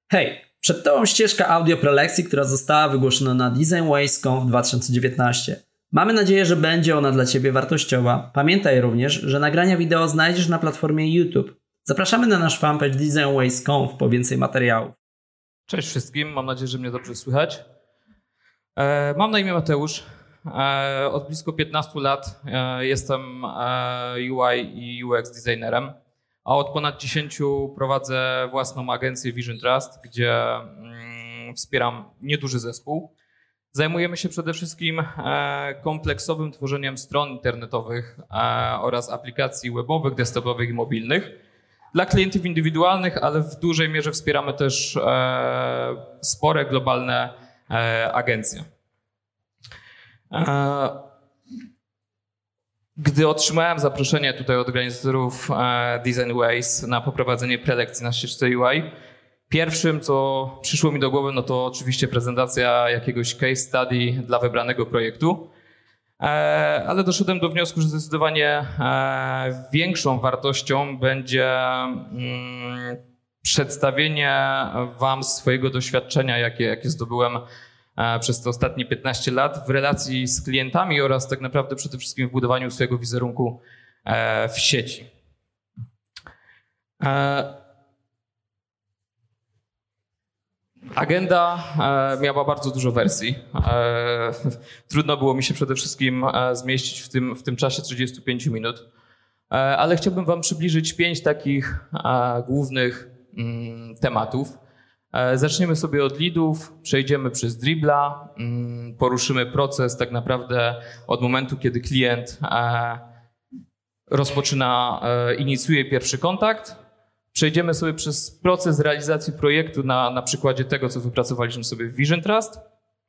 Hej, przed Tobą ścieżka audio prelekcji, która została wygłoszona na DesignWays.conf 2019. Mamy nadzieję, że będzie ona dla Ciebie wartościowa. Pamiętaj również, że nagrania wideo znajdziesz na platformie YouTube. Zapraszamy na nasz fanpage DesignWays.conf po więcej materiałów. Cześć wszystkim, mam nadzieję, że mnie dobrze słychać. Mam na imię Mateusz. Od blisko 15 lat jestem UI i UX designerem, a od ponad 10 prowadzę własną agencję Vision Trust, gdzie wspieram nieduży zespół. Zajmujemy się przede wszystkim kompleksowym tworzeniem stron internetowych oraz aplikacji webowych, desktopowych i mobilnych dla klientów indywidualnych, ale w dużej mierze wspieramy też spore globalne agencje. Gdy otrzymałem zaproszenie tutaj od organizatorów DesignWays na poprowadzenie prelekcji na ścieżce UI, pierwszym, co przyszło mi do głowy, no to oczywiście prezentacja jakiegoś case study dla wybranego projektu, ale doszedłem do wniosku, że zdecydowanie większą wartością będzie przedstawienie Wam swojego doświadczenia, jakie zdobyłem przez te ostatnie 15 lat w relacji z klientami oraz tak naprawdę przede wszystkim w budowaniu swojego wizerunku w sieci. Agenda miała bardzo dużo wersji. Trudno było mi się przede wszystkim zmieścić w tym czasie 35 minut, ale chciałbym Wam przybliżyć 5 takich głównych tematów. Zaczniemy sobie od leadów, przejdziemy przez Dribbla, poruszymy proces tak naprawdę od momentu, kiedy klient inicjuje pierwszy kontakt. Przejdziemy sobie przez proces realizacji projektu na przykładzie tego, co wypracowaliśmy sobie w Vision Trust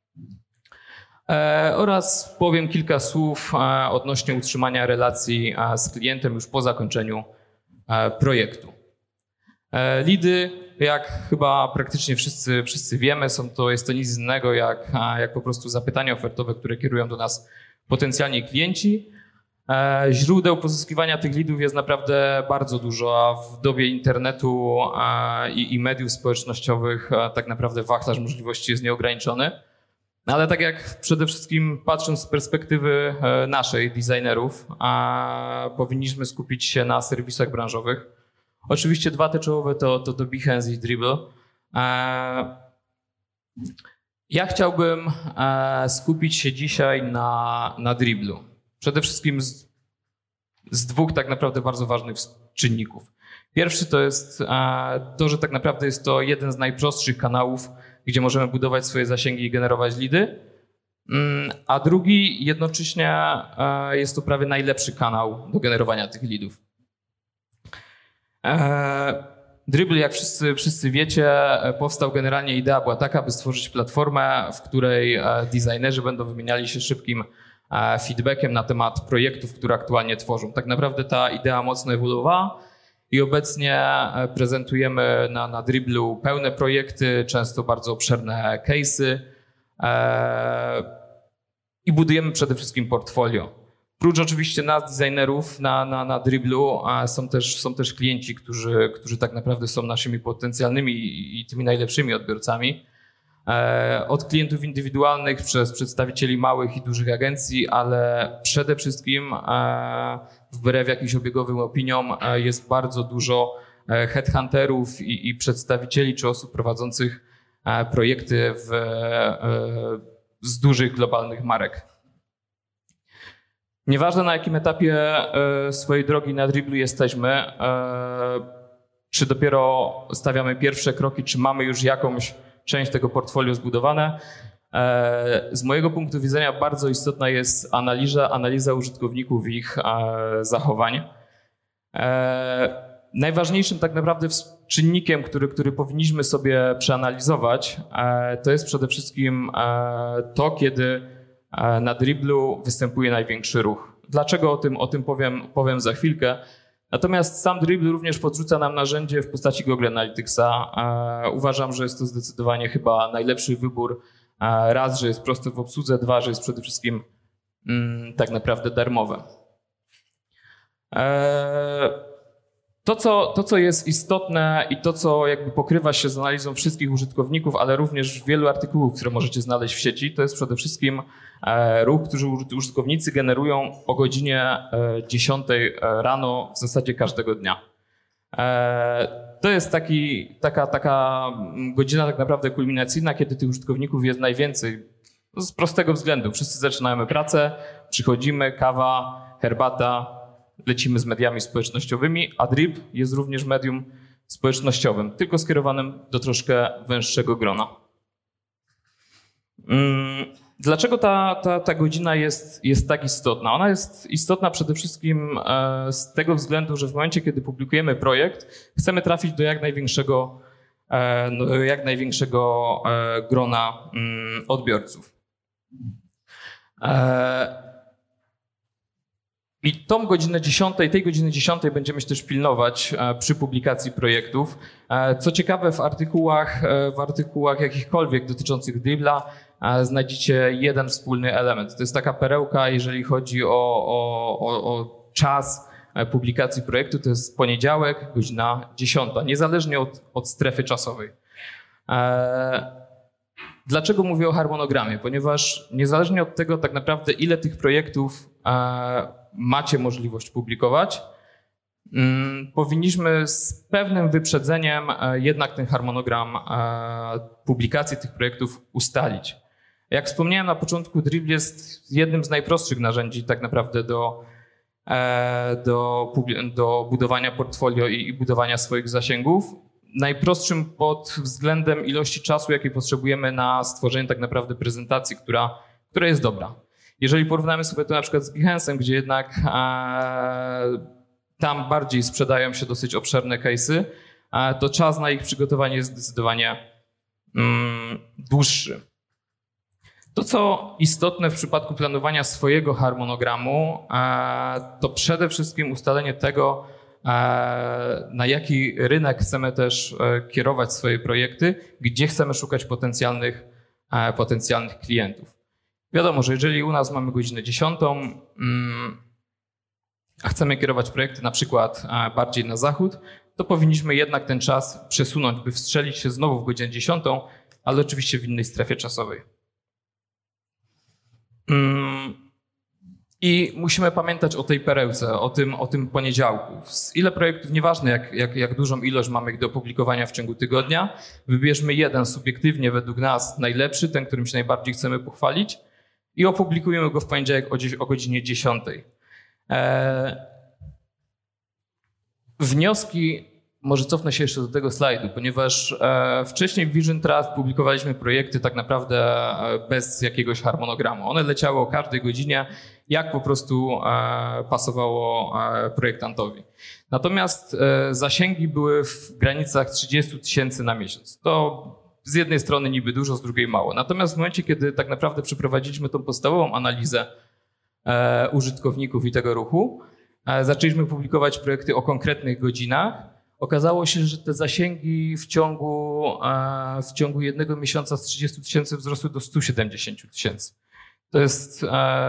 oraz powiem kilka słów odnośnie utrzymania relacji z klientem już po zakończeniu projektu. Leady, jak chyba praktycznie wszyscy wiemy, jest to nic innego jak po prostu zapytania ofertowe, które kierują do nas potencjalni klienci. Źródeł pozyskiwania tych leadów jest naprawdę bardzo dużo, a w dobie internetu i mediów społecznościowych tak naprawdę wachlarz możliwości jest nieograniczony. Ale tak jak przede wszystkim patrząc z perspektywy naszej, designerów, powinniśmy skupić się na serwisach branżowych. Oczywiście 2 te czołowe to Behance i Dribbble. Ja chciałbym skupić się dzisiaj na Dribblu. Przede wszystkim z 2 tak naprawdę bardzo ważnych czynników. Pierwszy to jest to, że tak naprawdę jest to jeden z najprostszych kanałów, gdzie możemy budować swoje zasięgi i generować leady, a drugi jednocześnie jest to prawie najlepszy kanał do generowania tych leadów. Dribbble, jak wszyscy wiecie, powstał generalnie, idea była taka, by stworzyć platformę, w której designerzy będą wymieniali się szybkim feedbackiem na temat projektów, które aktualnie tworzą. Tak naprawdę ta idea mocno ewoluowała i obecnie prezentujemy na Dribblu pełne projekty, często bardzo obszerne case'y i budujemy przede wszystkim portfolio. Prócz oczywiście nas, designerów na Dribblu, są też klienci, którzy tak naprawdę są naszymi potencjalnymi i tymi najlepszymi odbiorcami. Od klientów indywidualnych przez przedstawicieli małych i dużych agencji, ale przede wszystkim wbrew jakimś obiegowym opiniom jest bardzo dużo headhunterów i przedstawicieli czy osób prowadzących projekty z dużych globalnych marek. Nieważne na jakim etapie swojej drogi na Dribblu jesteśmy, czy dopiero stawiamy pierwsze kroki, czy mamy już jakąś część tego portfolio zbudowane. Z mojego punktu widzenia bardzo istotna jest analiza użytkowników, ich zachowań. Najważniejszym tak naprawdę czynnikiem, który powinniśmy sobie przeanalizować, to jest przede wszystkim to, kiedy na Dribblu występuje największy ruch. Dlaczego o tym powiem za chwilkę. Natomiast sam Dribbble również podrzuca nam narzędzie w postaci Google Analyticsa. Uważam, że jest to zdecydowanie chyba najlepszy wybór. Raz, że jest prosty w obsłudze, 2, że jest przede wszystkim tak naprawdę darmowe. To, co jest istotne i to, co jakby pokrywa się z analizą wszystkich użytkowników, ale również wielu artykułów, które możecie znaleźć w sieci, to jest przede wszystkim ruch, który użytkownicy generują o godzinie 10 rano w zasadzie każdego dnia. To jest taka godzina tak naprawdę kulminacyjna, kiedy tych użytkowników jest najwięcej. Z prostego względu. Wszyscy zaczynamy pracę, przychodzimy, kawa, herbata, lecimy z mediami społecznościowymi, a Dribbble jest również medium społecznościowym, tylko skierowanym do troszkę węższego grona. Dlaczego ta godzina jest tak istotna? Ona jest istotna przede wszystkim z tego względu, że w momencie, kiedy publikujemy projekt, chcemy trafić do jak największego grona odbiorców. I tej godziny 10 będziemy się też pilnować przy publikacji projektów. Co ciekawe, w artykułach jakichkolwiek dotyczących Dribbla znajdziecie jeden wspólny element. To jest taka perełka, jeżeli chodzi o czas publikacji projektu, to jest poniedziałek, godzina 10, niezależnie od strefy czasowej. Dlaczego mówię o harmonogramie? Ponieważ niezależnie od tego tak naprawdę ile tych projektów macie możliwość publikować, powinniśmy z pewnym wyprzedzeniem jednak ten harmonogram publikacji tych projektów ustalić. Jak wspomniałem na początku, Dribbble jest jednym z najprostszych narzędzi tak naprawdę do budowania portfolio i budowania swoich zasięgów. Najprostszym pod względem ilości czasu, jakiej potrzebujemy na stworzenie tak naprawdę prezentacji, która jest dobra. Jeżeli porównamy sobie to na przykład z Behance'em, gdzie jednak tam bardziej sprzedają się dosyć obszerne case'y, to czas na ich przygotowanie jest zdecydowanie dłuższy. To, co istotne w przypadku planowania swojego harmonogramu, to przede wszystkim ustalenie tego, na jaki rynek chcemy też kierować swoje projekty, gdzie chcemy szukać potencjalnych klientów. Wiadomo, że jeżeli u nas mamy godzinę 10, a chcemy kierować projekty na przykład bardziej na zachód, to powinniśmy jednak ten czas przesunąć, by wstrzelić się znowu w godzinę 10, ale oczywiście w innej strefie czasowej. I musimy pamiętać o tej perełce, o tym poniedziałku. Ile projektów, nieważne jak dużą ilość mamy ich do opublikowania w ciągu tygodnia, wybierzmy jeden subiektywnie według nas najlepszy, ten, którym się najbardziej chcemy pochwalić i opublikujemy go w poniedziałek o godzinie 10. Wnioski, może cofnę się jeszcze do tego slajdu, ponieważ wcześniej w Vision Trust publikowaliśmy projekty tak naprawdę bez jakiegoś harmonogramu. One leciały o każdej godzinie, jak po prostu pasowało projektantowi. Natomiast zasięgi były w granicach 30 000 na miesiąc. To z jednej strony niby dużo, z drugiej mało. Natomiast w momencie, kiedy tak naprawdę przeprowadziliśmy tą podstawową analizę użytkowników i tego ruchu, zaczęliśmy publikować projekty o konkretnych godzinach. Okazało się, że te zasięgi w ciągu jednego miesiąca z 30 000 wzrosły do 170 000. To jest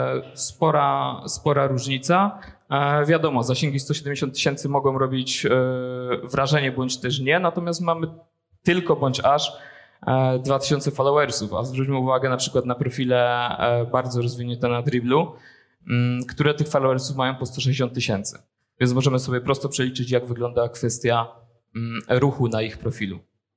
spora różnica. Wiadomo, zasięgi 170 000 mogą robić wrażenie bądź też nie, natomiast mamy tylko bądź aż 2000 followersów, a zwróćmy uwagę na przykład na profile bardzo rozwinięte na Dribblu, które tych followersów mają po 160 000. Więc możemy sobie prosto przeliczyć, jak wygląda kwestia ruchu na ich profilu.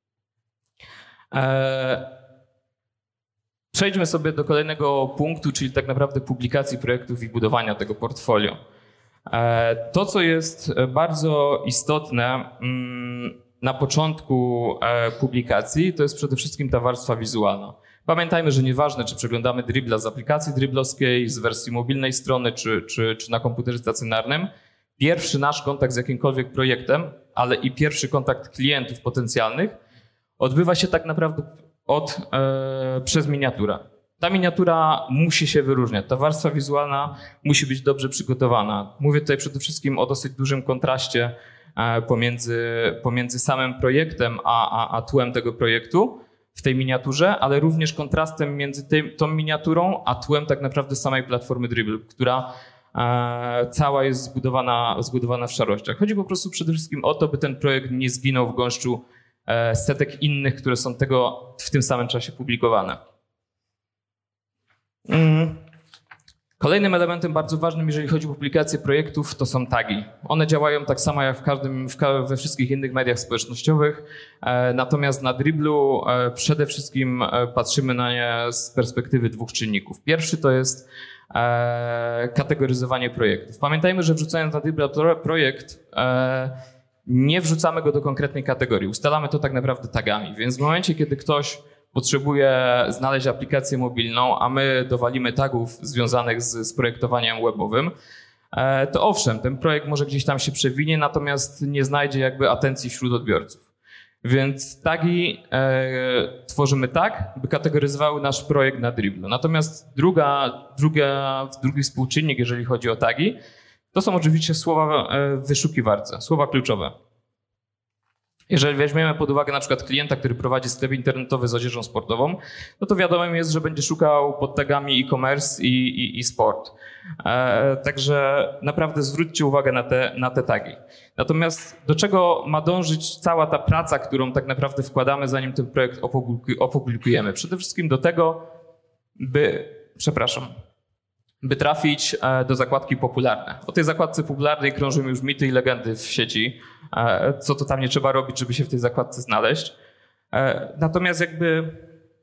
Przejdźmy sobie do kolejnego punktu, czyli tak naprawdę publikacji projektów i budowania tego portfolio. To, co jest bardzo istotne na początku publikacji, to jest przede wszystkim ta warstwa wizualna. Pamiętajmy, że nieważne, czy przeglądamy Dribbla z aplikacji dribblowskiej, z wersji mobilnej strony, czy na komputerze stacjonarnym, pierwszy nasz kontakt z jakimkolwiek projektem, ale i pierwszy kontakt klientów potencjalnych odbywa się tak naprawdę przez miniaturę. Ta miniatura musi się wyróżniać, ta warstwa wizualna musi być dobrze przygotowana. Mówię tutaj przede wszystkim o dosyć dużym kontraście pomiędzy samym projektem a tłem tego projektu w tej miniaturze, ale również kontrastem między tą miniaturą a tłem tak naprawdę samej platformy Dribbble, która cała jest zbudowana w szarościach. Chodzi po prostu przede wszystkim o to, by ten projekt nie zginął w gąszczu setek innych, które są w tym samym czasie publikowane. Kolejnym elementem bardzo ważnym, jeżeli chodzi o publikację projektów, to są tagi. One działają tak samo jak we wszystkich innych mediach społecznościowych, natomiast na Dribblu przede wszystkim patrzymy na nie z perspektywy dwóch czynników. Pierwszy to jest kategoryzowanie projektów. Pamiętajmy, że wrzucając na Dribbla projekt, nie wrzucamy go do konkretnej kategorii. Ustalamy to tak naprawdę tagami, więc w momencie, kiedy ktoś potrzebuje znaleźć aplikację mobilną, a my dowalimy tagów związanych z projektowaniem webowym, to owszem, ten projekt może gdzieś tam się przewinie, natomiast nie znajdzie jakby atencji wśród odbiorców. Więc tagi tworzymy tak, by kategoryzowały nasz projekt na Dribblu. Natomiast drugi współczynnik, jeżeli chodzi o tagi, to są oczywiście słowa w wyszukiwarce, słowa kluczowe. Jeżeli weźmiemy pod uwagę na przykład klienta, który prowadzi sklep internetowy z odzieżą sportową, no to wiadomym jest, że będzie szukał pod tagami e-commerce i sport. Także naprawdę zwróćcie uwagę na te tagi. Natomiast do czego ma dążyć cała ta praca, którą tak naprawdę wkładamy, zanim ten projekt opublikujemy? Przede wszystkim do tego, by trafić do zakładki popularne. O tej zakładce popularnej krążą już mity i legendy w sieci, co to tam nie trzeba robić, żeby się w tej zakładce znaleźć. Natomiast jakby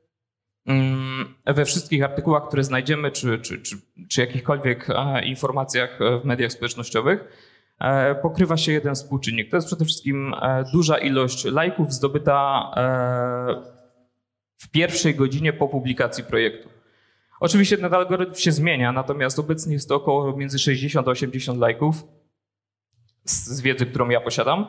we wszystkich artykułach, które znajdziemy, czy jakichkolwiek informacjach w mediach społecznościowych, pokrywa się jeden współczynnik. To jest przede wszystkim duża ilość lajków zdobyta w pierwszej godzinie po publikacji projektu. Oczywiście ten algorytm się zmienia, natomiast obecnie jest to około między 60 a 80 lajków z wiedzy, którą ja posiadam.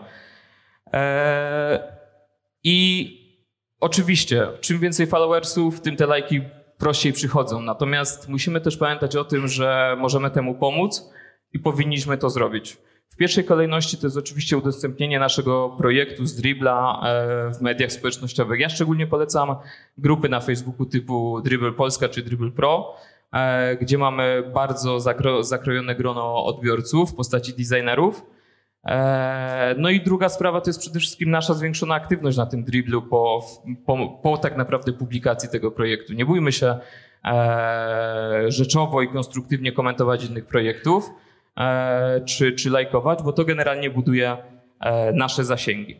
I oczywiście, czym więcej followersów, tym te lajki prościej przychodzą. Natomiast musimy też pamiętać o tym, że możemy temu pomóc i powinniśmy to zrobić. W pierwszej kolejności to jest oczywiście udostępnienie naszego projektu z Dribbla w mediach społecznościowych. Ja szczególnie polecam grupy na Facebooku typu Dribble Polska czy Dribble Pro, gdzie mamy bardzo zakrojone grono odbiorców w postaci designerów. No i druga sprawa to jest przede wszystkim nasza zwiększona aktywność na tym Dribblu po tak naprawdę publikacji tego projektu. Nie bójmy się rzeczowo i konstruktywnie komentować innych projektów, czy lajkować, bo to generalnie buduje nasze zasięgi.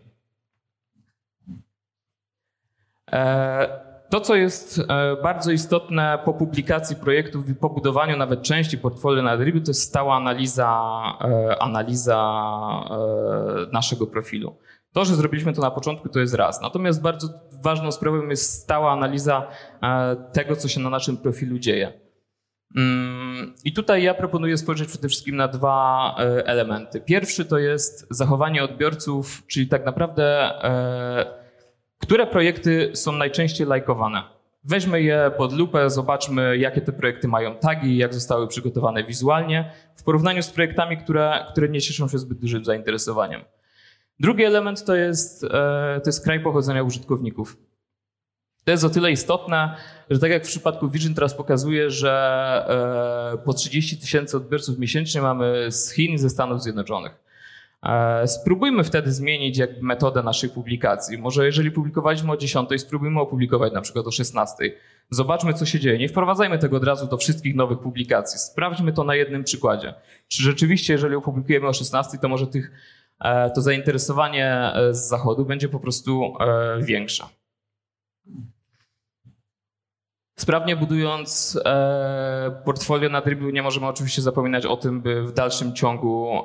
To, co jest bardzo istotne po publikacji projektów i po budowaniu nawet części portfolio na Dribblu, to jest stała analiza naszego profilu. To, że zrobiliśmy to na początku, to jest raz. Natomiast bardzo ważną sprawą jest stała analiza tego, co się na naszym profilu dzieje. I tutaj ja proponuję spojrzeć przede wszystkim na dwa elementy. Pierwszy to jest zachowanie odbiorców, czyli tak naprawdę które projekty są najczęściej lajkowane. Weźmy je pod lupę, zobaczmy, jakie te projekty mają tagi, jak zostały przygotowane wizualnie w porównaniu z projektami, które nie cieszą się zbyt dużym zainteresowaniem. Drugi element to jest kraj pochodzenia użytkowników. To jest o tyle istotne, że tak jak w przypadku Vision teraz pokazuje, że po 30 000 odbiorców miesięcznie mamy z Chin i ze Stanów Zjednoczonych. Spróbujmy wtedy zmienić jakby metodę naszych publikacji. Może jeżeli publikowaliśmy o 10, spróbujmy opublikować na przykład o 16. Zobaczmy, co się dzieje. Nie wprowadzajmy tego od razu do wszystkich nowych publikacji. Sprawdźmy to na jednym przykładzie. Czy rzeczywiście, jeżeli opublikujemy o 16, to może to zainteresowanie z zachodu będzie po prostu większe. Sprawnie budując portfolio na Dribblu nie możemy oczywiście zapominać o tym, by w dalszym ciągu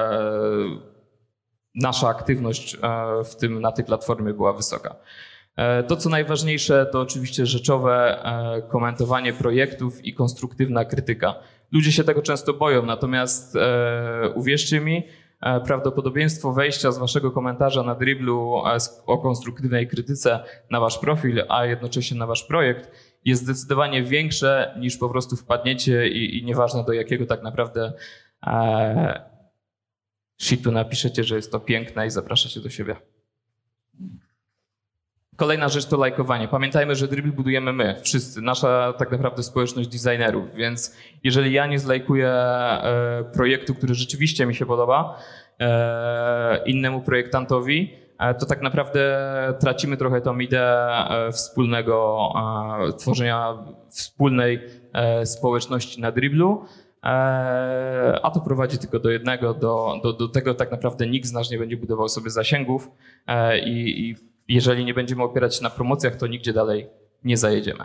nasza aktywność na tej platformie była wysoka. To, co najważniejsze, to oczywiście rzeczowe komentowanie projektów i konstruktywna krytyka. Ludzie się tego często boją, natomiast uwierzcie mi, prawdopodobieństwo wejścia z waszego komentarza na Dribblu o konstruktywnej krytyce na wasz profil, a jednocześnie na wasz projekt jest zdecydowanie większe niż po prostu wpadniecie i nieważne do jakiego tak naprawdę shitu napiszecie, że jest to piękne i zapraszacie do siebie. Kolejna rzecz to lajkowanie. Pamiętajmy, że Dribbble budujemy my, wszyscy, nasza tak naprawdę społeczność designerów, więc jeżeli ja nie zlajkuję projektu, który rzeczywiście mi się podoba, innemu projektantowi, to tak naprawdę tracimy trochę tą ideę wspólnego tworzenia wspólnej społeczności na Dribblu, a to prowadzi tylko do jednego, do tego tak naprawdę nikt z nas nie będzie budował sobie zasięgów i jeżeli nie będziemy opierać się na promocjach, to nigdzie dalej nie zajedziemy.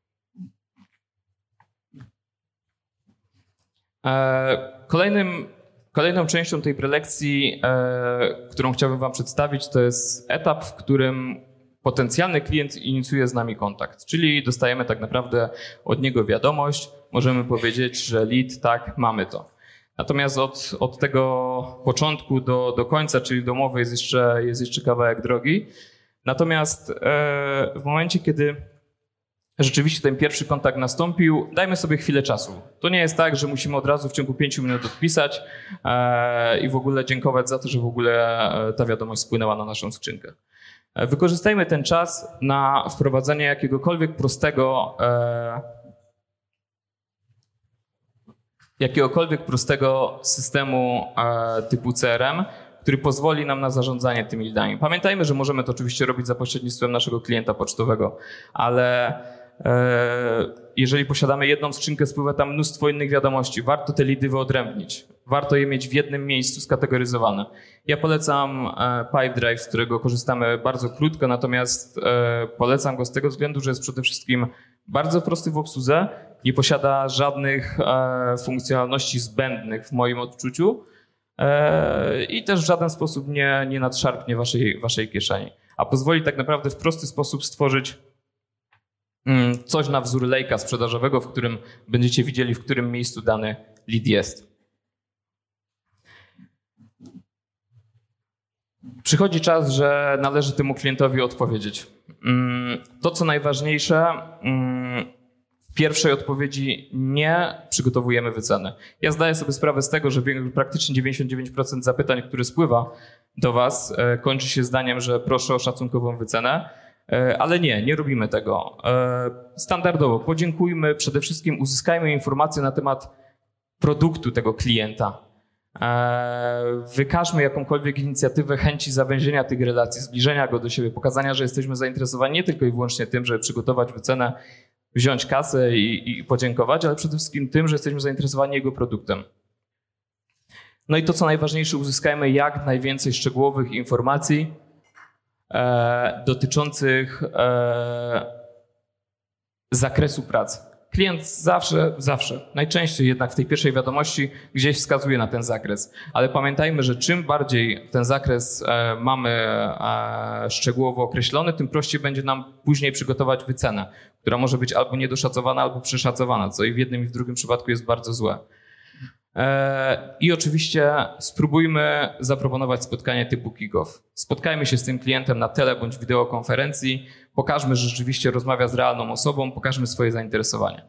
Kolejną częścią tej prelekcji, którą chciałbym wam przedstawić, to jest etap, w którym potencjalny klient inicjuje z nami kontakt, czyli dostajemy tak naprawdę od niego wiadomość, możemy powiedzieć, że lead, tak, mamy to. Natomiast od tego początku do końca, czyli do umowy jest jeszcze kawałek drogi. Natomiast w momencie, kiedy rzeczywiście ten pierwszy kontakt nastąpił, dajmy sobie chwilę czasu. To nie jest tak, że musimy od razu w ciągu 5 minut odpisać i w ogóle dziękować za to, że w ogóle ta wiadomość spłynęła na naszą skrzynkę. Wykorzystajmy ten czas na wprowadzenie jakiegokolwiek prostego systemu typu CRM, który pozwoli nam na zarządzanie tymi leadami. Pamiętajmy, że możemy to oczywiście robić za pośrednictwem naszego klienta pocztowego, ale jeżeli posiadamy jedną skrzynkę, spływa tam mnóstwo innych wiadomości. Warto te leady wyodrębnić. Warto je mieć w jednym miejscu skategoryzowane. Ja polecam Pipedrive, z którego korzystamy bardzo krótko, natomiast polecam go z tego względu, że jest przede wszystkim bardzo prosty w obsłudze, nie posiada żadnych funkcjonalności zbędnych w moim odczuciu i też w żaden sposób nie nadszarpnie waszej kieszeni, a pozwoli tak naprawdę w prosty sposób stworzyć coś na wzór lejka sprzedażowego, w którym będziecie widzieli, w którym miejscu dany lead jest. Przychodzi czas, że należy temu klientowi odpowiedzieć. To, co najważniejsze, w pierwszej odpowiedzi nie przygotowujemy wyceny. Ja zdaję sobie sprawę z tego, że praktycznie 99% zapytań, które spływa do was, kończy się zdaniem, że proszę o szacunkową wycenę, ale nie robimy tego. Standardowo podziękujmy, przede wszystkim uzyskajmy informacje na temat produktu tego klienta. Wykażmy jakąkolwiek inicjatywę chęci zawęzienia tych relacji, zbliżenia go do siebie, pokazania, że jesteśmy zainteresowani nie tylko i wyłącznie tym, żeby przygotować wycenę, wziąć kasę i podziękować, ale przede wszystkim tym, że jesteśmy zainteresowani jego produktem. No i to, co najważniejsze, uzyskajmy jak najwięcej szczegółowych informacji dotyczących zakresu pracy. Klient zawsze, najczęściej jednak w tej pierwszej wiadomości gdzieś wskazuje na ten zakres, ale pamiętajmy, że czym bardziej ten zakres mamy szczegółowo określony, tym prościej będzie nam później przygotować wycenę, która może być albo niedoszacowana, albo przeszacowana, co i w jednym i w drugim przypadku jest bardzo złe. I oczywiście spróbujmy zaproponować spotkanie typu kick-off. Spotkajmy się z tym klientem na tele bądź wideokonferencji, pokażmy, że rzeczywiście rozmawia z realną osobą, pokażmy swoje zainteresowanie.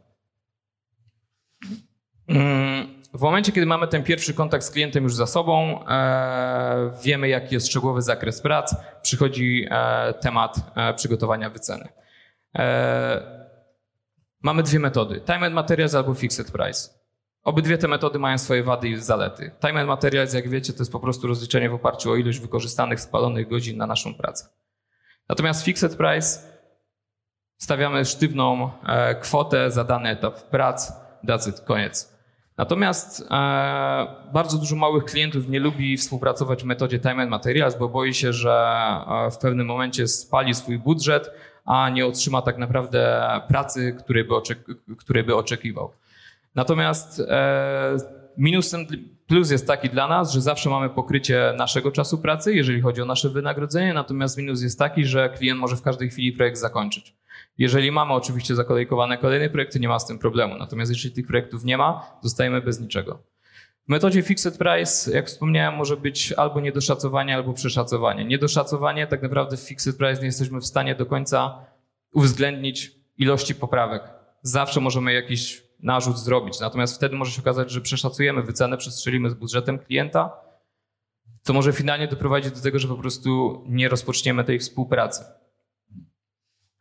W momencie, kiedy mamy ten pierwszy kontakt z klientem już za sobą, wiemy, jaki jest szczegółowy zakres prac, przychodzi temat przygotowania wyceny. Mamy dwie metody, time and materials albo fixed price. Obydwie te metody mają swoje wady i zalety. Time and materials, jak wiecie, to jest po prostu rozliczenie w oparciu o ilość wykorzystanych, spalonych godzin na naszą pracę. Natomiast fixed price stawiamy sztywną kwotę za dany etap prac, that's it, koniec. Natomiast bardzo dużo małych klientów nie lubi współpracować w metodzie time and materials, bo boi się, że w pewnym momencie spali swój budżet, a nie otrzyma tak naprawdę pracy, której by oczekiwał. Natomiast plus jest taki dla nas, że zawsze mamy pokrycie naszego czasu pracy, jeżeli chodzi o nasze wynagrodzenie, natomiast minus jest taki, że klient może w każdej chwili projekt zakończyć. Jeżeli mamy oczywiście zakolejkowane kolejne projekty, nie ma z tym problemu. Natomiast jeżeli tych projektów nie ma, zostajemy bez niczego. W metodzie fixed price, jak wspomniałem, może być albo niedoszacowanie, albo przeszacowanie. Niedoszacowanie, tak naprawdę w fixed price nie jesteśmy w stanie do końca uwzględnić ilości poprawek. Zawsze możemy jakiś narzut zrobić, natomiast wtedy może się okazać, że przeszacujemy wycenę, przestrzelimy z budżetem klienta, co może finalnie doprowadzić do tego, że po prostu nie rozpoczniemy tej współpracy.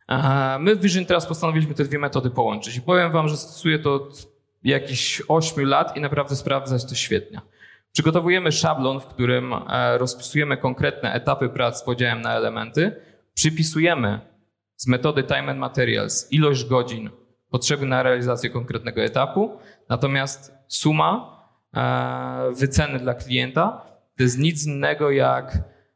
My w Vision teraz postanowiliśmy te dwie metody połączyć i powiem wam, że stosuję to od jakichś 8 lat i naprawdę sprawdza się to świetnie. Przygotowujemy szablon, w którym rozpisujemy konkretne etapy prac z podziałem na elementy, przypisujemy z metody Time and Materials ilość godzin potrzebnych na realizację konkretnego etapu, natomiast suma wyceny dla klienta to jest nic innego jak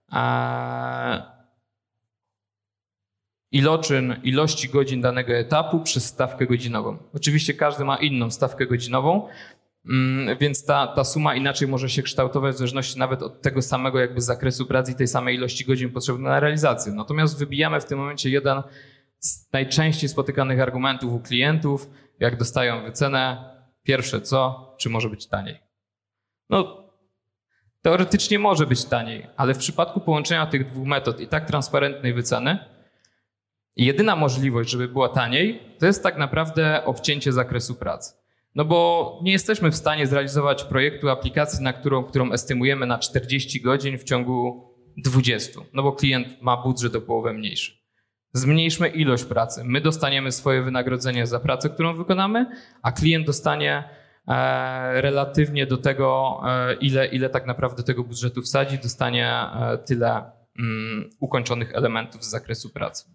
iloczyn ilości godzin danego etapu przez stawkę godzinową. Oczywiście każdy ma inną stawkę godzinową, więc ta suma inaczej może się kształtować w zależności nawet od tego samego jakby zakresu pracy i tej samej ilości godzin potrzebnych na realizację. Natomiast wybijamy w tym momencie jeden z najczęściej spotykanych argumentów u klientów, jak dostają wycenę. Pierwsze co? Czy może być taniej? No, teoretycznie może być taniej, ale w przypadku połączenia tych dwóch metod i tak transparentnej wyceny, jedyna możliwość, żeby było taniej, to jest tak naprawdę obcięcie zakresu pracy. No bo nie jesteśmy w stanie zrealizować projektu aplikacji, którą estymujemy na 40 godzin w ciągu 20, no bo klient ma budżet o połowę mniejszy. Zmniejszmy ilość pracy. My dostaniemy swoje wynagrodzenie za pracę, którą wykonamy, a klient dostanie relatywnie do tego, ile tak naprawdę tego budżetu wsadzi, dostanie tyle ukończonych elementów z zakresu pracy.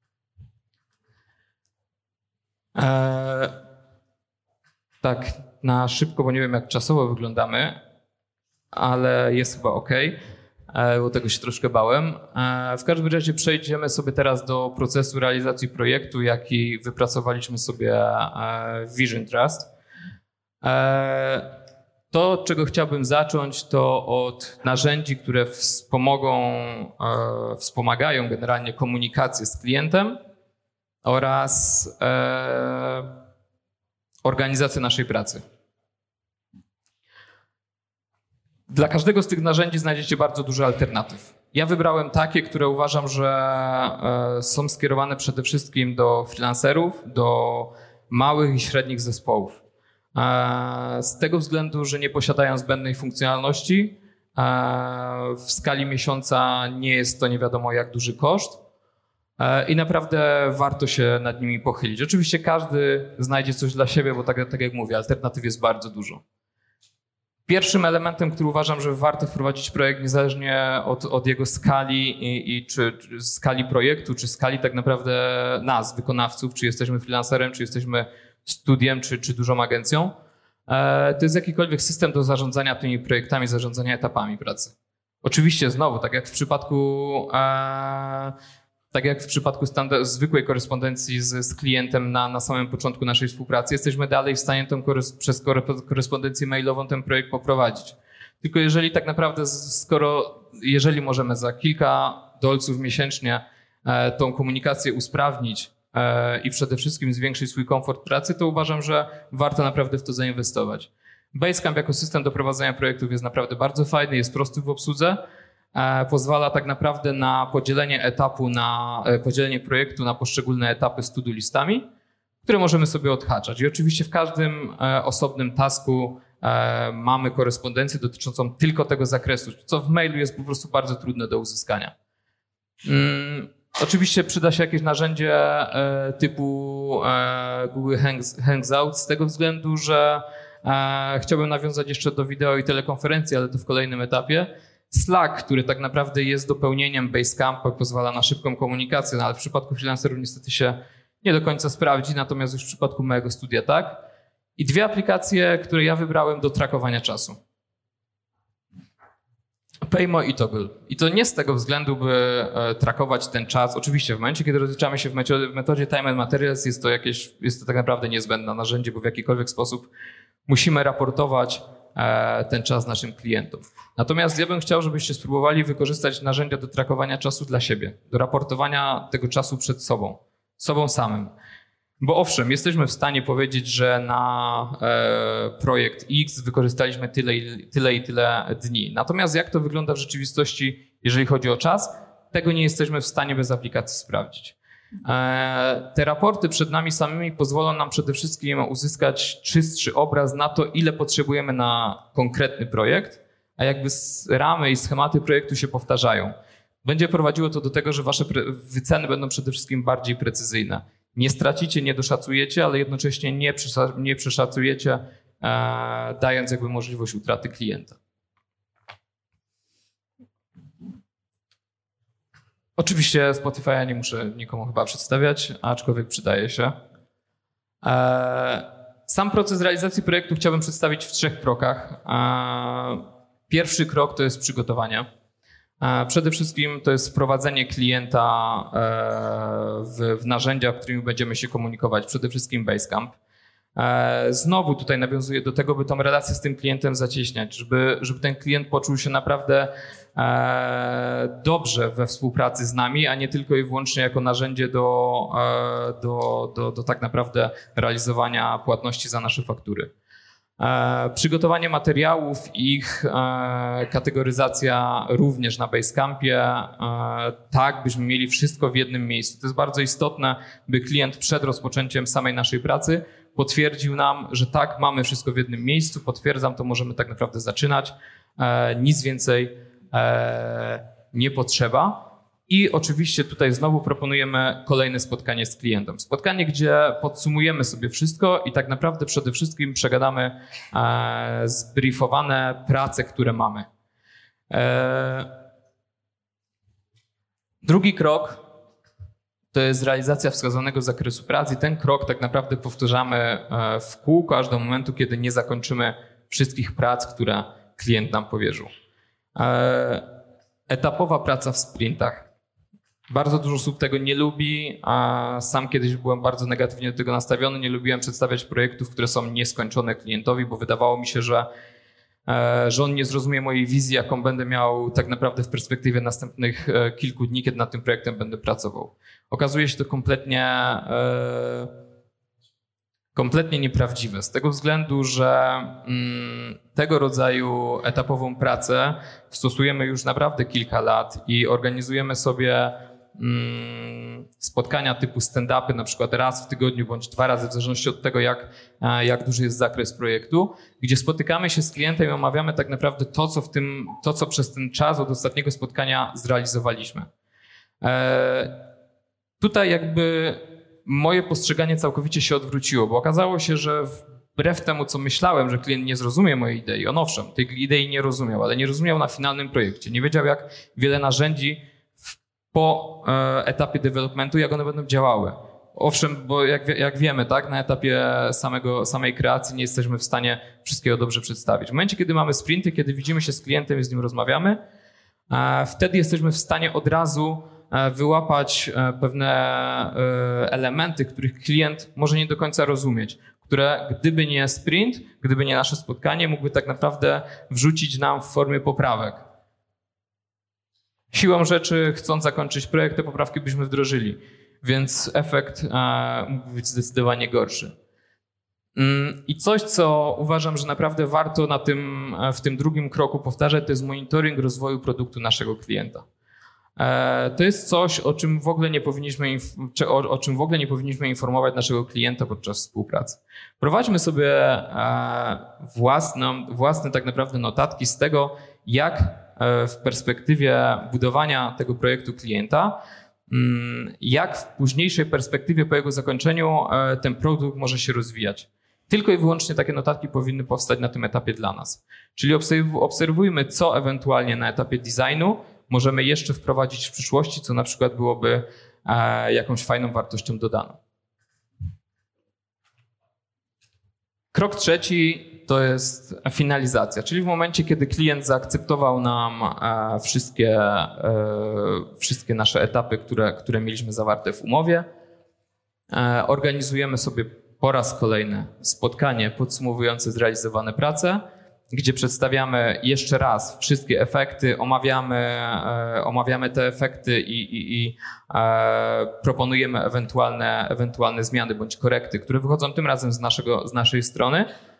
Tak, na szybko, bo nie wiem jak czasowo wyglądamy, ale jest chyba ok, bo tego się troszkę bałem. W każdym razie przejdziemy sobie teraz do procesu realizacji projektu, jaki wypracowaliśmy sobie w Vision Trust. To, od czego chciałbym zacząć, to od narzędzi, które wspomagają generalnie komunikację z klientem oraz organizację naszej pracy. Dla każdego z tych narzędzi znajdziecie bardzo dużo alternatyw. Ja wybrałem takie, które uważam, że są skierowane przede wszystkim do freelancerów, do małych i średnich zespołów. Z tego względu, że nie posiadają zbędnej funkcjonalności, w skali miesiąca nie jest to nie wiadomo jak duży koszt i naprawdę warto się nad nimi pochylić. Oczywiście każdy znajdzie coś dla siebie, bo tak jak mówię, alternatyw jest bardzo dużo. Pierwszym elementem, który uważam, że warto wprowadzić projekt niezależnie od jego skali czy skali projektu, czy skali tak naprawdę nas, wykonawców, czy jesteśmy freelancerem, czy jesteśmy studiem, czy dużą agencją, to jest jakikolwiek system do zarządzania tymi projektami, zarządzania etapami pracy. Oczywiście znowu, tak jak w przypadku zwykłej korespondencji z klientem na samym początku naszej współpracy, jesteśmy dalej w stanie przez korespondencję mailową ten projekt poprowadzić. Tylko jeżeli możemy za kilka dolców miesięcznie tą komunikację usprawnić i przede wszystkim zwiększyć swój komfort pracy, to uważam, że warto naprawdę w to zainwestować. Basecamp jako system do prowadzenia projektów jest naprawdę bardzo fajny, jest prosty w obsłudze. Pozwala tak naprawdę na podzielenie projektu na poszczególne etapy z to-do listami, które możemy sobie odhaczać. I oczywiście w każdym osobnym tasku mamy korespondencję dotyczącą tylko tego zakresu, co w mailu jest po prostu bardzo trudne do uzyskania. Oczywiście przyda się jakieś narzędzie typu Google Hangout z tego względu, że chciałbym nawiązać jeszcze do wideo i telekonferencji, ale to w kolejnym etapie. Slack, który tak naprawdę jest dopełnieniem Basecampa, pozwala na szybką komunikację, ale w przypadku freelancerów niestety się nie do końca sprawdzi, natomiast już w przypadku mojego studia tak. I dwie aplikacje, które ja wybrałem do trackowania czasu. Paymo i Toggl. I to nie z tego względu, by trackować ten czas. Oczywiście w momencie, kiedy rozliczamy się w metodzie Time and Materials, jest to tak naprawdę niezbędne narzędzie, bo w jakikolwiek sposób musimy raportować ten czas naszym klientom. Natomiast ja bym chciał, żebyście spróbowali wykorzystać narzędzia do trackowania czasu dla siebie, do raportowania tego czasu przed sobą samym. Bo owszem, jesteśmy w stanie powiedzieć, że na projekt X wykorzystaliśmy tyle i tyle dni. Natomiast jak to wygląda w rzeczywistości, jeżeli chodzi o czas, tego nie jesteśmy w stanie bez aplikacji sprawdzić. Te raporty przed nami samymi pozwolą nam przede wszystkim uzyskać czystszy obraz na to, ile potrzebujemy na konkretny projekt, a jakby ramy i schematy projektu się powtarzają. będzie prowadziło to do tego, że wasze wyceny będą przede wszystkim bardziej precyzyjne. Nie stracicie, nie doszacujecie, ale jednocześnie nie przeszacujecie, dając jakby możliwość utraty klienta. Oczywiście Spotify'a nie muszę nikomu chyba przedstawiać, aczkolwiek przydaje się. Sam proces realizacji projektu chciałbym przedstawić w 3 krokach. Pierwszy krok to jest przygotowanie. Przede wszystkim to jest wprowadzenie klienta w narzędzia, którymi będziemy się komunikować, przede wszystkim Basecamp. Znowu tutaj nawiązuję do tego, by tą relację z tym klientem zacieśniać, żeby ten klient poczuł się naprawdę dobrze we współpracy z nami, a nie tylko i wyłącznie jako narzędzie do tak naprawdę realizowania płatności za nasze faktury. Przygotowanie materiałów, ich kategoryzacja również na Basecampie, tak byśmy mieli wszystko w jednym miejscu. To jest bardzo istotne, by klient przed rozpoczęciem samej naszej pracy potwierdził nam, że tak, mamy wszystko w jednym miejscu, potwierdzam, to możemy tak naprawdę zaczynać, nic więcej nie potrzeba. I oczywiście tutaj znowu proponujemy kolejne spotkanie z klientem. Spotkanie, gdzie podsumujemy sobie wszystko i tak naprawdę przede wszystkim przegadamy zbriefowane prace, które mamy. Drugi krok to jest realizacja wskazanego zakresu prac i ten krok tak naprawdę powtarzamy w kółko aż do momentu, kiedy nie zakończymy wszystkich prac, które klient nam powierzył. Etapowa praca w sprintach. Bardzo dużo osób tego nie lubi, a sam kiedyś byłem bardzo negatywnie do tego nastawiony. Nie lubiłem przedstawiać projektów, które są nieskończone klientowi, bo wydawało mi się, że on nie zrozumie mojej wizji, jaką będę miał tak naprawdę w perspektywie następnych kilku dni, kiedy nad tym projektem będę pracował. Okazuje się to kompletnie nieprawdziwe, z tego względu, że tego rodzaju etapową pracę stosujemy już naprawdę kilka lat i organizujemy sobie spotkania typu stand-upy, na przykład raz w tygodniu bądź 2 razy, w zależności od tego, jak duży jest zakres projektu, gdzie spotykamy się z klientem i omawiamy tak naprawdę to, co przez ten czas od ostatniego spotkania zrealizowaliśmy. Tutaj jakby moje postrzeganie całkowicie się odwróciło, bo okazało się, że wbrew temu, co myślałem, że klient nie zrozumie mojej idei, on owszem, tej idei nie rozumiał, ale nie rozumiał na finalnym projekcie. Nie wiedział, jak wiele narzędzi po etapie developmentu, jak one będą działały. Owszem, bo jak wiemy, tak, na etapie samej kreacji nie jesteśmy w stanie wszystkiego dobrze przedstawić. W momencie, kiedy mamy sprinty, kiedy widzimy się z klientem i z nim rozmawiamy, wtedy jesteśmy w stanie od razu wyłapać pewne elementy, których klient może nie do końca rozumieć, które gdyby nie sprint, gdyby nie nasze spotkanie, mógłby tak naprawdę wrzucić nam w formie poprawek. Siłą rzeczy, chcąc zakończyć projekt, te poprawki byśmy wdrożyli, więc efekt mógł być zdecydowanie gorszy. I coś, co uważam, że naprawdę warto w tym drugim kroku powtarzać, to jest monitoring rozwoju produktu naszego klienta. To jest coś, o czym w ogóle nie powinniśmy informować naszego klienta podczas współpracy. Prowadźmy sobie własne tak naprawdę notatki z tego, jak w perspektywie budowania tego projektu klienta, jak w późniejszej perspektywie po jego zakończeniu ten produkt może się rozwijać. Tylko i wyłącznie takie notatki powinny powstać na tym etapie dla nas. Czyli obserwujmy, co ewentualnie na etapie designu możemy jeszcze wprowadzić w przyszłości, co na przykład byłoby jakąś fajną wartością dodaną. Krok trzeci to jest finalizacja, czyli w momencie, kiedy klient zaakceptował nam wszystkie nasze etapy, które mieliśmy zawarte w umowie, organizujemy sobie po raz kolejny spotkanie podsumowujące zrealizowane prace, gdzie przedstawiamy jeszcze raz wszystkie efekty, omawiamy te efekty i proponujemy ewentualne zmiany bądź korekty, które wychodzą tym razem z naszej strony.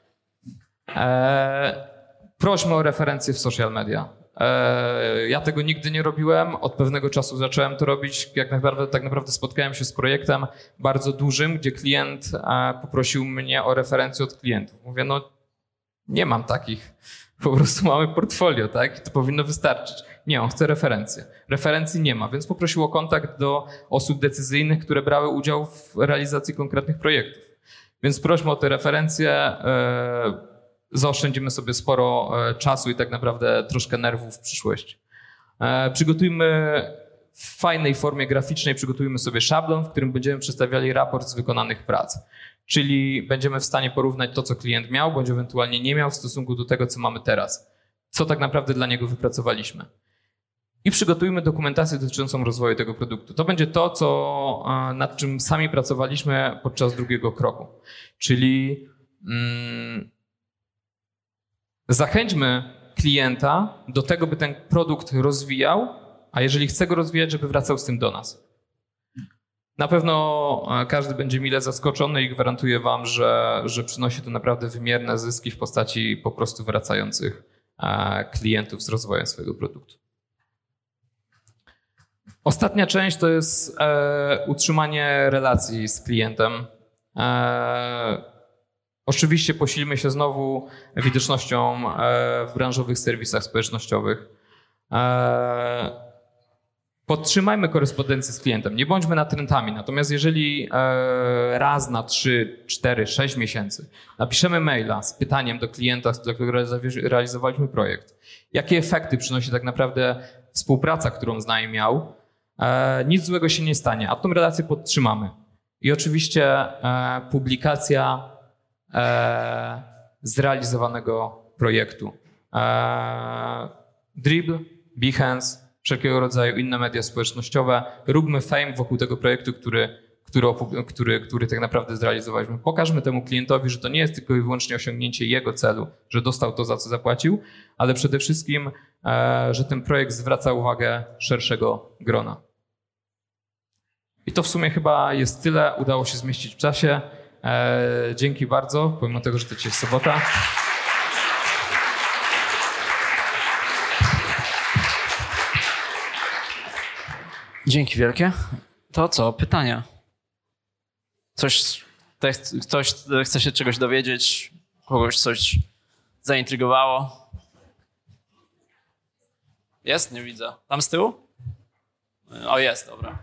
Prośmy o referencje w social media. Ja tego nigdy nie robiłem, od pewnego czasu zacząłem to robić. Tak naprawdę spotkałem się z projektem bardzo dużym, gdzie klient poprosił mnie o referencje od klientów. Mówię, no nie mam takich, po prostu mamy portfolio, tak? I to powinno wystarczyć. Nie, on chce referencje. Referencji nie ma, więc poprosił o kontakt do osób decyzyjnych, które brały udział w realizacji konkretnych projektów. Więc prośmy o te referencje, zaoszczędzimy sobie sporo czasu i tak naprawdę troszkę nerwów w przyszłości. Przygotujmy w fajnej formie graficznej, przygotujmy sobie szablon, w którym będziemy przedstawiali raport z wykonanych prac. Czyli będziemy w stanie porównać to, co klient miał, bądź ewentualnie nie miał w stosunku do tego, co mamy teraz. Co tak naprawdę dla niego wypracowaliśmy. I przygotujmy dokumentację dotyczącą rozwoju tego produktu. To będzie to, nad czym sami pracowaliśmy podczas drugiego kroku. Czyli zachęćmy klienta do tego, by ten produkt rozwijał, a jeżeli chce go rozwijać, żeby wracał z tym do nas. Na pewno każdy będzie mile zaskoczony i gwarantuję wam, że przynosi to naprawdę wymierne zyski w postaci po prostu wracających klientów z rozwojem swojego produktu. Ostatnia część to jest utrzymanie relacji z klientem. Oczywiście posilmy się znowu widocznością w branżowych serwisach społecznościowych. Podtrzymajmy korespondencję z klientem, nie bądźmy natrętami. Natomiast jeżeli raz na 3, 4, 6 miesięcy napiszemy maila z pytaniem do klienta, dla którego realizowaliśmy projekt, jakie efekty przynosi tak naprawdę współpraca, którą z nami miał, nic złego się nie stanie, a tą relację podtrzymamy. I oczywiście publikacja zrealizowanego projektu. Dribbble, Behance, wszelkiego rodzaju inne media społecznościowe. Róbmy fame wokół tego projektu, który tak naprawdę zrealizowaliśmy. Pokażmy temu klientowi, że to nie jest tylko i wyłącznie osiągnięcie jego celu, że dostał to, za co zapłacił, ale przede wszystkim, że ten projekt zwraca uwagę szerszego grona. I to w sumie chyba jest tyle. Udało się zmieścić w czasie. Dzięki bardzo, pomimo tego, że to dzisiaj jest sobota. Dzięki wielkie. To co? Pytania? Ktoś chce się czegoś dowiedzieć? Kogoś coś zaintrygowało? Jest? Nie widzę. Tam z tyłu? O, jest, dobra.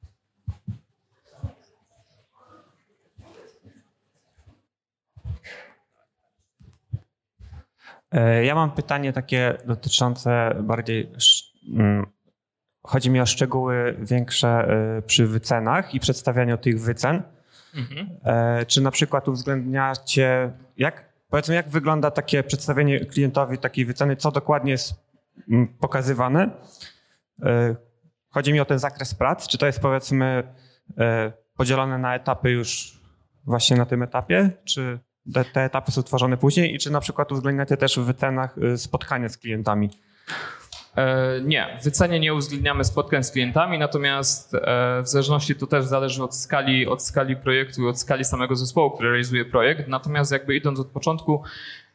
Ja mam pytanie takie dotyczące bardziej... Chodzi mi o szczegóły większe przy wycenach i przedstawianiu tych wycen. Czy na przykład uwzględniacie, jak wygląda takie przedstawienie klientowi takiej wyceny, co dokładnie jest pokazywane? Chodzi mi o ten zakres prac, czy to jest powiedzmy podzielone na etapy już właśnie na tym etapie, czy te etapy są tworzone później i czy na przykład uwzględniacie też w wycenach spotkania z klientami? Nie, w wycenie nie uwzględniamy spotkań z klientami, natomiast w zależności to też zależy od skali projektu i od skali samego zespołu, który realizuje projekt. Natomiast jakby idąc od początku,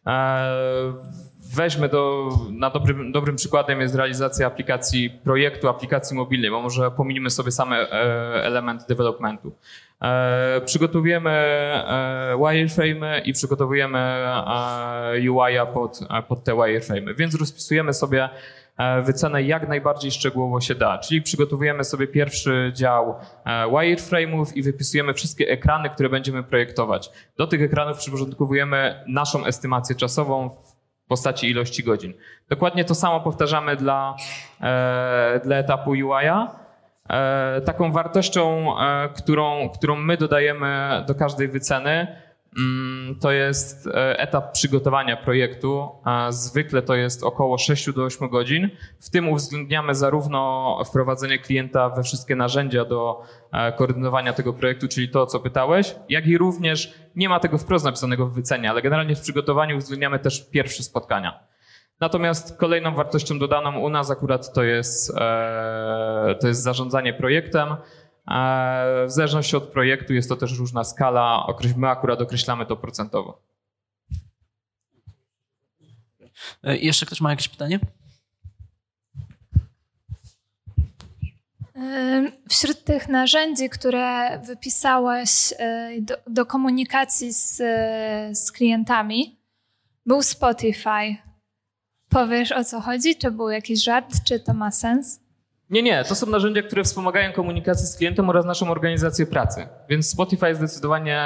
weźmy dobrym przykładem jest realizacja aplikacji mobilnej, bo może pominimy sobie same element developmentu. Przygotowujemy wireframe'y i przygotowujemy UI-a pod te wireframe'y, więc rozpisujemy sobie wycenę jak najbardziej szczegółowo się da, czyli przygotowujemy sobie pierwszy dział wireframe'ów i wypisujemy wszystkie ekrany, które będziemy projektować. Do tych ekranów przyporządkowujemy naszą estymację czasową w postaci ilości godzin. Dokładnie to samo powtarzamy dla etapu UI-a. Taką wartością, którą my dodajemy do każdej wyceny, to jest etap przygotowania projektu. Zwykle to jest około 6 do 8 godzin. W tym uwzględniamy zarówno wprowadzenie klienta we wszystkie narzędzia do koordynowania tego projektu, czyli to, o co pytałeś, jak i również, nie ma tego wprost napisanego w wycenie, ale generalnie w przygotowaniu uwzględniamy też pierwsze spotkania. Natomiast kolejną wartością dodaną u nas akurat to jest zarządzanie projektem. W zależności od projektu jest to też różna skala. My akurat określamy to procentowo. Jeszcze ktoś ma jakieś pytanie? Wśród tych narzędzi, które wypisałeś do komunikacji z klientami, był Spotify. Powiesz, o co chodzi? Czy był jakiś żart? Czy to ma sens? Nie. To są narzędzia, które wspomagają komunikację z klientem oraz naszą organizację pracy. Więc Spotify zdecydowanie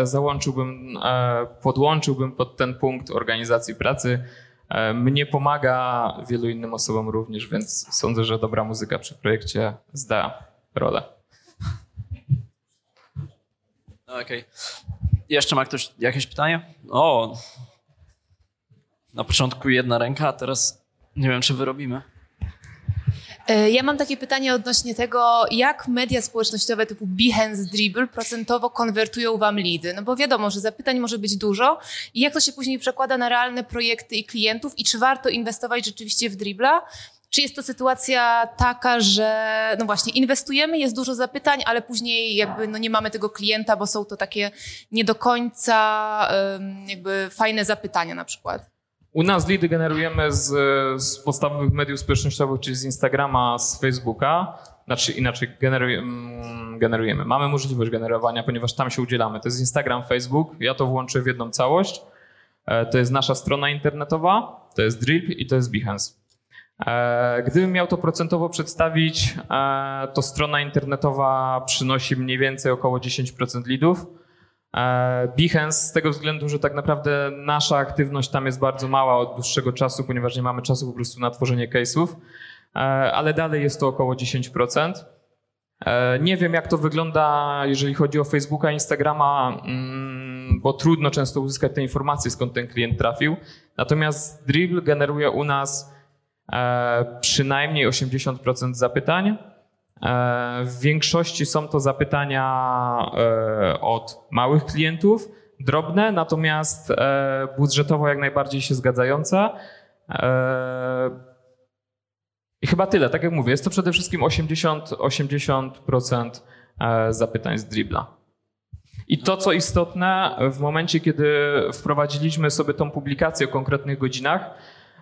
podłączyłbym pod ten punkt organizacji pracy. Mnie pomaga, wielu innym osobom również, więc sądzę, że dobra muzyka przy projekcie zda rolę. Okej. Jeszcze ma ktoś jakieś pytanie? Na początku jedna ręka, a teraz nie wiem, czy wyrobimy. Ja mam takie pytanie odnośnie tego, jak media społecznościowe typu Behance, Dribbble procentowo konwertują wam leady. No bo wiadomo, że zapytań może być dużo i jak to się później przekłada na realne projekty i klientów i czy warto inwestować rzeczywiście w Dribbla? Czy jest to sytuacja taka, że no właśnie inwestujemy, jest dużo zapytań, ale później jakby nie mamy tego klienta, bo są to takie nie do końca jakby fajne zapytania na przykład? U nas leady generujemy z podstawowych mediów społecznościowych, czyli z Instagrama, z Facebooka. Znaczy inaczej generujemy. Mamy możliwość generowania, ponieważ tam się udzielamy. To jest Instagram, Facebook. Ja to włączę w jedną całość. To jest nasza strona internetowa, to jest Dribbble i to jest Behance. Gdybym miał to procentowo przedstawić, to strona internetowa przynosi mniej więcej około 10% leadów. Behance z tego względu, że tak naprawdę nasza aktywność tam jest bardzo mała od dłuższego czasu, ponieważ nie mamy czasu po prostu na tworzenie case'ów, ale dalej jest to około 10%. Nie wiem, jak to wygląda, jeżeli chodzi o Facebooka, Instagrama, bo trudno często uzyskać te informacje, skąd ten klient trafił. Natomiast Dribbble generuje u nas przynajmniej 80% zapytań. W większości są to zapytania od małych klientów, drobne, natomiast budżetowo jak najbardziej się zgadzające. I chyba tyle, tak jak mówię, jest to przede wszystkim 80% zapytań z Dribbla. I to, co istotne, w momencie, kiedy wprowadziliśmy sobie tą publikację o konkretnych godzinach,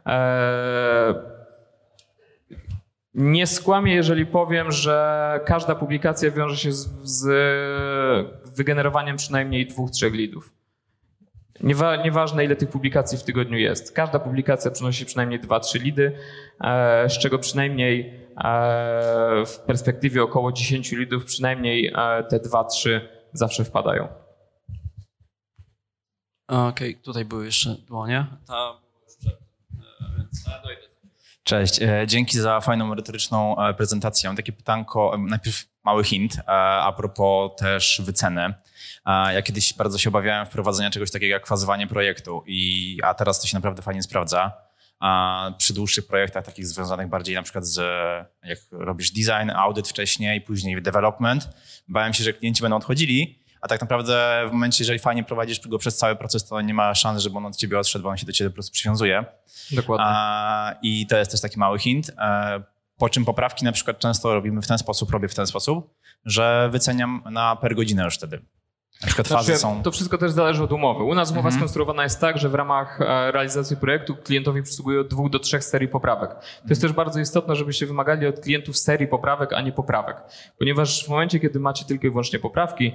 nie skłamię, jeżeli powiem, że każda publikacja wiąże się z wygenerowaniem przynajmniej 2-3 leadów. Nieważne, ile tych publikacji w tygodniu jest. Każda publikacja przynosi przynajmniej 2-3 leady, z czego przynajmniej w perspektywie około 10 leadów przynajmniej te 2-3 zawsze wpadają. Okej, tutaj były jeszcze dłonie. Cześć, dzięki za fajną, merytoryczną prezentację. Mam takie pytanko, najpierw mały hint a propos też wyceny. Ja kiedyś bardzo się obawiałem wprowadzenia czegoś takiego jak fazowanie projektu, a teraz to się naprawdę fajnie sprawdza. Przy dłuższych projektach takich związanych bardziej na przykład z jak robisz design, audyt wcześniej, później development, bałem się, że klienci będą odchodzili, a tak naprawdę w momencie, jeżeli fajnie prowadzisz go przez cały proces, to nie ma szans, żeby on od ciebie odszedł, bo on się do ciebie po prostu przywiązuje. Dokładnie. I to jest też taki mały hint. Po czym poprawki na przykład często robię w ten sposób, że wyceniam na per godzinę już wtedy. Na przykład fazy są... To wszystko też zależy od umowy. U nas umowa skonstruowana jest tak, że w ramach realizacji projektu klientowi przysługuje od 2 do 3 serii poprawek. To jest też bardzo istotne, żebyście wymagali od klientów serii poprawek, a nie poprawek. Ponieważ w momencie, kiedy macie tylko i wyłącznie poprawki,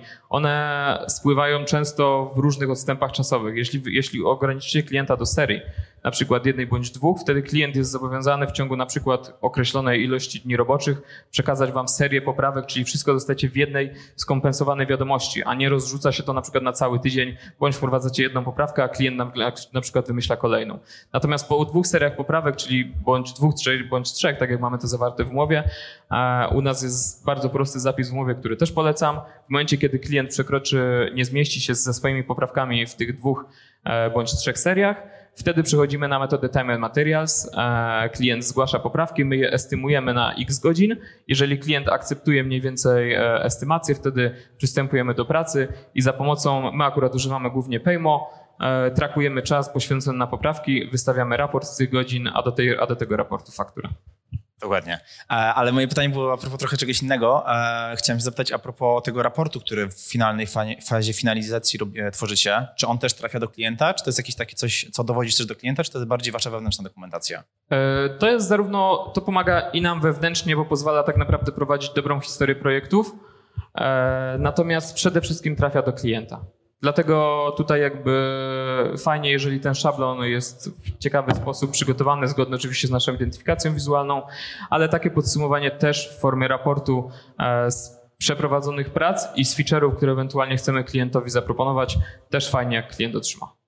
one spływają często w różnych odstępach czasowych. Jeśli ograniczycie klienta do serii, na przykład 1 bądź 2, wtedy klient jest zobowiązany w ciągu na przykład określonej ilości dni roboczych przekazać wam serię poprawek, czyli wszystko dostajecie w jednej skompensowanej wiadomości, a nie rozrzuca się to na przykład na cały tydzień, bądź wprowadzacie jedną poprawkę, a klient na przykład wymyśla kolejną. Natomiast po 2 seriach poprawek, czyli bądź 2, 3, bądź 3, tak jak mamy to zawarte w umowie, u nas jest bardzo prosty zapis w umowie, który też polecam. W momencie, kiedy klient nie zmieści się ze swoimi poprawkami w tych 2 bądź 3 seriach, wtedy przechodzimy na metodę Time and Materials. Klient zgłasza poprawki, my je estymujemy na x godzin. Jeżeli klient akceptuje mniej więcej estymację, wtedy przystępujemy do pracy i za pomocą, my akurat używamy głównie Paymo, trackujemy czas poświęcony na poprawki, wystawiamy raport z tych godzin, a do tego raportu faktura. Dokładnie. Ale moje pytanie było a propos trochę czegoś innego. Chciałem się zapytać a propos tego raportu, który w finalnej fazie finalizacji tworzycie. Czy on też trafia do klienta? Czy to jest jakieś takie coś, co dowodzisz też do klienta? Czy to jest bardziej wasza wewnętrzna dokumentacja? To jest to pomaga i nam wewnętrznie, bo pozwala tak naprawdę prowadzić dobrą historię projektów. Natomiast przede wszystkim trafia do klienta. Dlatego tutaj jakby fajnie, jeżeli ten szablon jest w ciekawy sposób przygotowany, zgodny oczywiście z naszą identyfikacją wizualną, ale takie podsumowanie też w formie raportu z przeprowadzonych prac i z feature'ów, które ewentualnie chcemy klientowi zaproponować, też fajnie jak klient otrzyma.